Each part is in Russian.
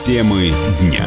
Темы дня.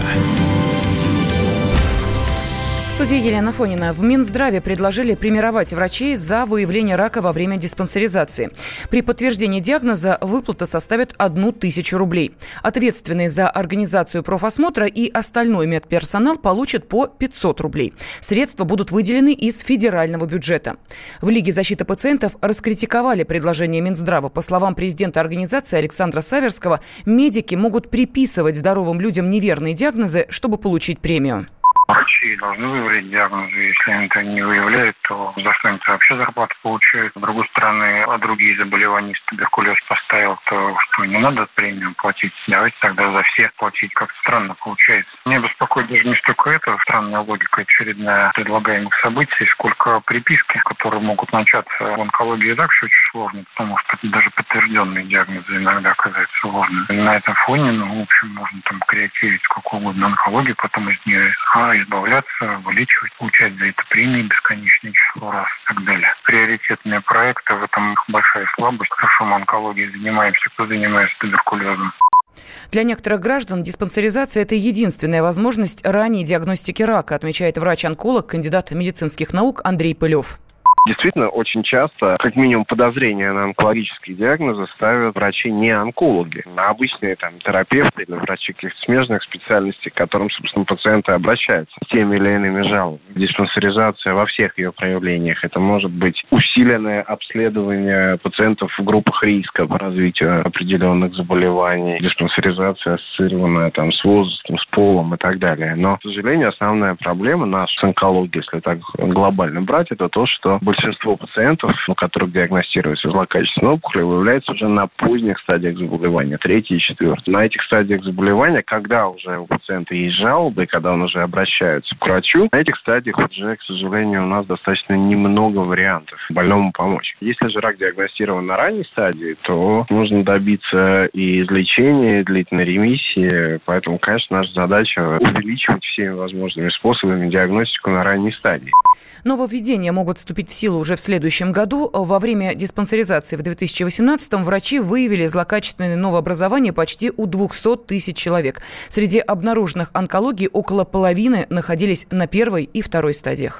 В студии Елена Фонина. В Минздраве предложили премировать врачей за выявление рака во время диспансеризации. При подтверждении диагноза выплата составит 1000 рублей. Ответственные за организацию профосмотра и остальной медперсонал получат по 500 рублей. Средства будут выделены из федерального бюджета. В Лиге защиты пациентов раскритиковали предложение Минздрава. По словам президента организации Александра Саверского, медики могут приписывать здоровым людям неверные диагнозы, чтобы получить премию. Врачи должны выявлять диагнозы. Если они это не выявляют, то за что они вообще зарплату получают. С другой стороны, другие заболевания, если туберкулез поставил, то что, не надо премию платить? Давайте тогда за всех платить. Как-то странно получается. Меня беспокоит даже не столько это, странная логика очередная предлагаемых событий, сколько приписки, которые могут начаться в онкологии. И так все очень сложно, потому что даже подтвержденные диагнозы иногда оказываются сложными. И на этом фоне, в общем, можно там креативить сколько угодно онкологию, потом из нее избавляться, вылечивать, получать за это премии бесконечное число раз и так далее. Приоритетные проекты, в этом их большая слабость. Хорошо, мы онкологией занимаемся, кто занимается туберкулезом. Для некоторых граждан диспансеризация – это единственная возможность ранней диагностики рака, отмечает врач-онколог, кандидат медицинских наук Андрей Пылев. Действительно, очень часто, как минимум, подозрения на онкологические диагнозы ставят врачи не онкологи, а обычные терапевты или врачи каких-то смежных специальностей, к которым, собственно, пациенты обращаются с теми или иными жалобами. Диспансеризация во всех ее проявлениях. Это может быть усиленное обследование пациентов в группах риска по развитию определенных заболеваний, диспансеризация ассоциированная с возрастом, с полом и так далее. Но, к сожалению, основная проблема наша с онкологией, если так глобально брать, это то, что большинство пациентов, у которых диагностируется злокачественная опухоль, выявляется уже на поздних стадиях заболевания, 3-й и 4-й. На этих стадиях заболевания, когда уже у пациента есть жалобы, и когда он уже обращается к врачу, на этих стадиях уже, к сожалению, у нас достаточно немного вариантов больному помочь. Если же рак диагностирован на ранней стадии, то нужно добиться и излечения, и длительной ремиссии. Поэтому, конечно, наша задача увеличивать всеми возможными способами диагностику на ранней стадии. Нововведения могут вступить в силу уже в следующем году. Во время диспансеризации в 2018-м врачи выявили злокачественные новообразования почти у 200 тысяч человек. Среди обнаруженных онкологий около половины находились на 1-й и 2-й стадиях.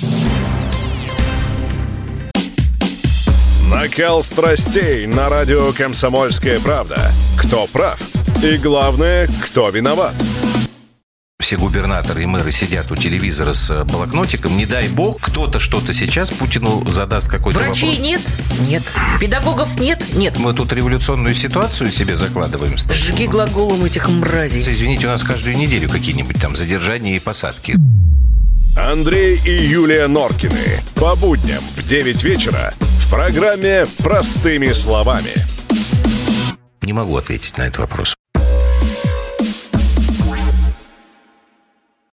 Накал страстей на радио «Комсомольская правда». Кто прав? И главное, кто виноват? Все губернаторы и мэры сидят у телевизора с блокнотиком. Не дай бог, кто-то что-то сейчас Путину задаст какой-то вопрос. Врачей нет? Нет. Педагогов нет? Нет. Мы тут революционную ситуацию себе закладываем. Жги глаголом этих мразей. Извините, у нас каждую неделю какие-нибудь задержания и посадки. Андрей и Юлия Норкины. По будням в 9 вечера в программе «Простыми словами». Не могу ответить на этот вопрос.